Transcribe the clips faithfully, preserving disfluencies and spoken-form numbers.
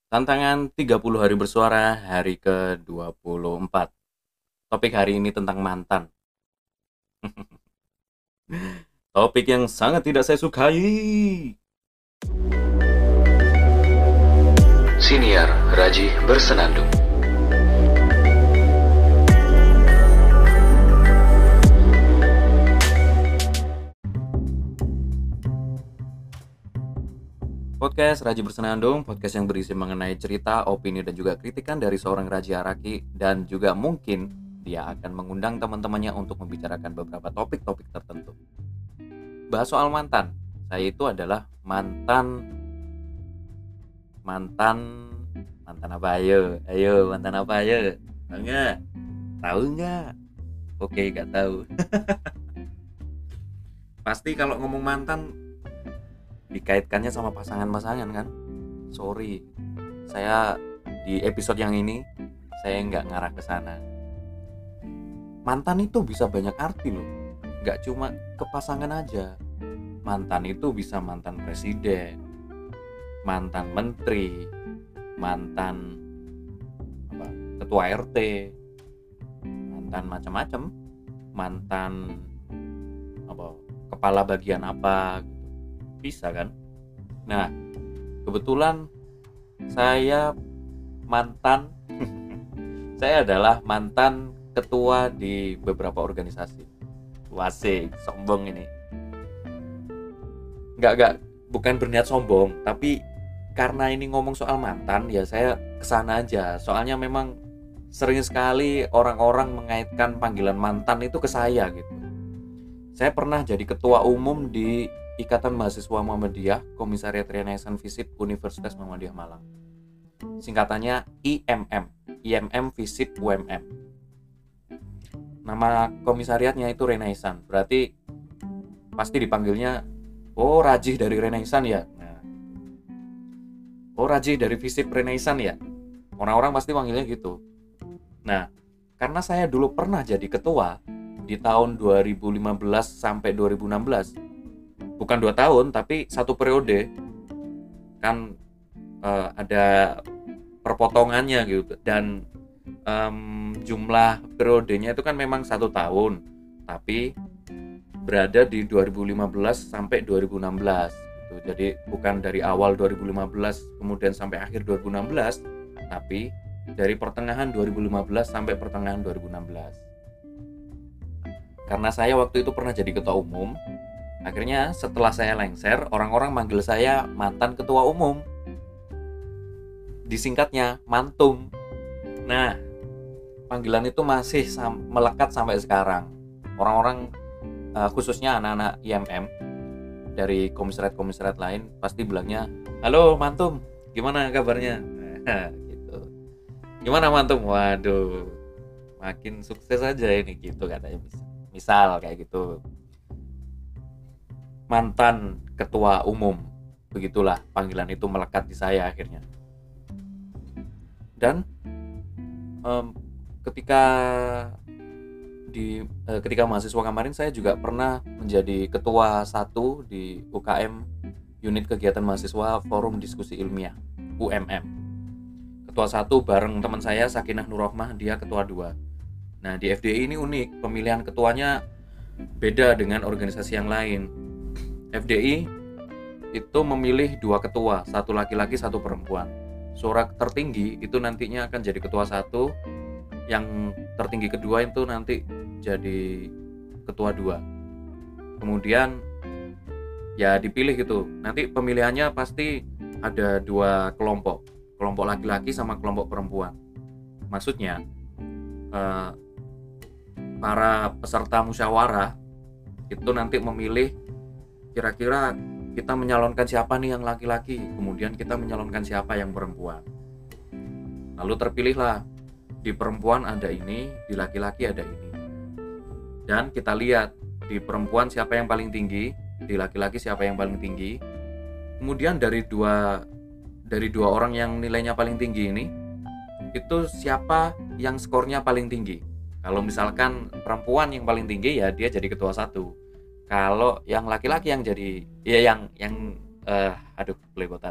Tantangan tiga puluh hari bersuara hari ke dua puluh empat. Topik hari ini tentang mantan. Topik yang sangat tidak saya sukai. Siniar Raji Bersenandung. Podcast Raji Bersenandung, podcast yang berisi mengenai cerita, opini, dan juga kritikan dari seorang Raji Araki. Dan juga mungkin dia akan mengundang teman-temannya untuk membicarakan beberapa topik-topik tertentu. Bahas soal mantan. Saya itu adalah mantan Mantan Mantan apa ayo? Ayo, mantan apa ayo? Tahu nggak? Tahu nggak? Oke, nggak tahu. Pasti kalau ngomong mantan dikaitkannya sama pasangan-pasangan kan. Sorry, saya di episode yang ini saya nggak ngarah ke sana. Mantan itu bisa banyak arti loh, nggak cuma ke pasangan aja. Mantan itu bisa mantan presiden, mantan menteri, mantan apa, ketua R T, mantan macam-macam, mantan apa, kepala bagian apa, bisa kan. Nah, kebetulan saya mantan saya adalah mantan ketua di beberapa organisasi. Wasik, sombong ini. Enggak, enggak, bukan berniat sombong, tapi karena ini ngomong soal mantan, ya saya kesana aja. Soalnya memang sering sekali orang-orang mengaitkan panggilan mantan itu ke saya gitu. Saya pernah jadi ketua umum di Ikatan Mahasiswa Muhammadiyah Komisariat Renaissance Visip Universitas Muhammadiyah Malang. Singkatannya I M M, I M M Visip U M M. Nama komisariatnya itu Renaissance, berarti pasti dipanggilnya, oh Rajih dari Renaissance ya. Nah, oh Rajih dari Visip Renaissance ya. Orang-orang pasti panggilnya gitu. Nah, karena saya dulu pernah jadi ketua di tahun dua ribu lima belas sampai dua ribu enam belas. Bukan dua tahun, tapi satu periode. Kan uh, ada perpotongannya gitu. Dan um, jumlah periodenya itu kan memang satu tahun, tapi berada di dua ribu lima belas sampai dua ribu enam belas gitu. Jadi bukan dari awal dua ribu lima belas kemudian sampai akhir dua ribu enam belas, tapi dari pertengahan dua ribu lima belas sampai pertengahan dua ribu enam belas. Karena saya waktu itu pernah jadi ketua umum, akhirnya setelah saya lengser, orang-orang manggil saya mantan ketua umum. Disingkatnya Mantum. Nah, panggilan itu masih sam- melekat sampai sekarang. Orang-orang uh, khususnya anak-anak I M M dari komisariat-komisariat lain pasti bilangnya, "Halo Mantum, gimana kabarnya?" Gitu. "Gimana Mantum?" Waduh, makin sukses aja ini gitu katanya. Misal kayak gitu. Mantan ketua umum. Begitulah panggilan itu melekat di saya akhirnya. Dan um, ketika di eh, ketika mahasiswa kemarin saya juga pernah menjadi ketua satu di U K M, Unit Kegiatan Mahasiswa Forum Diskusi Ilmiah U M M. Ketua satu bareng teman saya Sakinah Nurrohmah, dia ketua dua. Nah, di F D I ini unik, pemilihan ketuanya beda dengan organisasi yang lain. F D I itu memilih dua ketua, satu laki-laki, satu perempuan. Suara tertinggi itu nantinya akan jadi ketua satu, yang tertinggi kedua itu nanti jadi ketua dua. Kemudian ya dipilih gitu. Nanti pemilihannya pasti ada dua kelompok, kelompok laki-laki sama kelompok perempuan. Maksudnya eh, para peserta musyawarah itu nanti memilih kira-kira kita menyalonkan siapa nih yang laki-laki, kemudian kita menyalonkan siapa yang perempuan. Lalu terpilihlah, di perempuan ada ini, di laki-laki ada ini. Dan kita lihat di perempuan siapa yang paling tinggi, di laki-laki siapa yang paling tinggi. Kemudian dari dua dari dua orang yang nilainya paling tinggi ini, itu siapa yang skornya paling tinggi. Kalau misalkan perempuan yang paling tinggi, ya dia jadi ketua satu. Kalau yang laki-laki yang jadi, ya yang yang uh, aduh belepotan,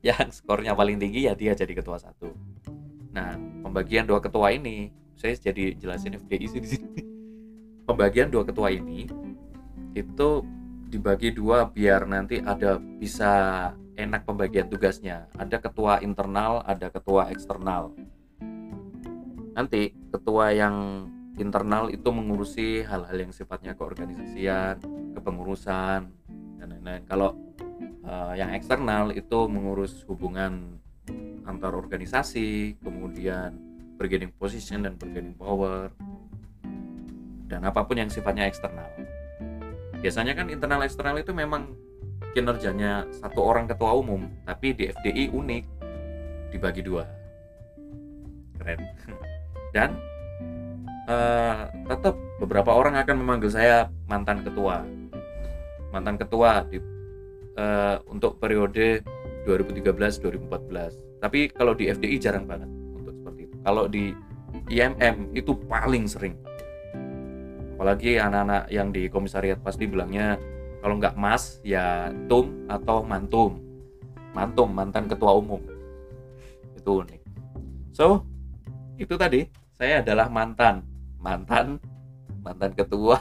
yang skornya paling tinggi ya dia jadi ketua satu. Nah, pembagian dua ketua ini, saya jadi jelasin F D I sih di sini. Pembagian dua ketua ini itu dibagi dua biar nanti ada bisa enak pembagian tugasnya. Ada ketua internal, ada ketua eksternal. Nanti ketua yang internal itu mengurusi hal-hal yang sifatnya keorganisasian, kepengurusan, dan lain-lain. Kalau uh, yang eksternal itu mengurus hubungan antar organisasi, kemudian bargaining position dan bargaining power, dan apapun yang sifatnya eksternal. Biasanya kan internal eksternal itu memang kinerjanya satu orang ketua umum, tapi di F D I unik, dibagi dua. Keren. Dan uh, tetap beberapa orang akan memanggil saya mantan ketua. Mantan ketua di, uh, untuk periode dua ribu tiga belas dua ribu empat belas. Tapi kalau di F D I jarang banget untuk seperti itu. Kalau di I M M itu paling sering. Apalagi anak-anak yang di komisariat pasti bilangnya kalau nggak mas ya tum atau mantum. Mantum, mantan ketua umum. Itu unik. So, itu tadi saya adalah mantan, mantan, mantan ketua.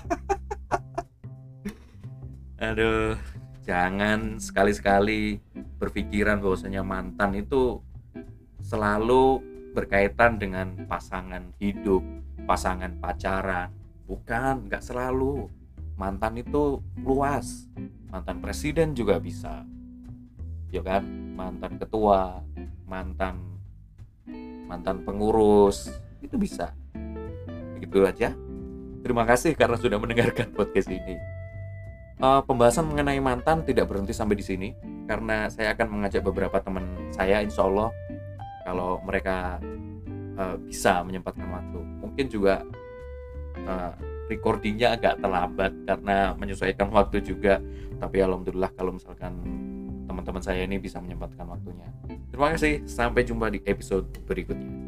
Aduh, jangan sekali-sekali berpikiran bahwasanya mantan itu selalu berkaitan dengan pasangan hidup, pasangan pacaran. Bukan, nggak selalu. Mantan itu luas. Mantan presiden juga bisa, ya kan? Mantan ketua, mantan mantan pengurus, itu bisa. Begitu aja. Terima kasih karena sudah mendengarkan podcast ini. Uh, pembahasan mengenai mantan tidak berhenti sampai di sini, karena saya akan mengajak beberapa teman saya, insya Allah, kalau mereka uh, bisa menyempatkan waktu. Mungkin juga uh, recordingnya agak terlambat karena menyesuaikan waktu juga, tapi alhamdulillah kalau misalkan teman-teman saya ini bisa menyempatkan waktunya. Terima kasih, sampai jumpa di episode berikutnya.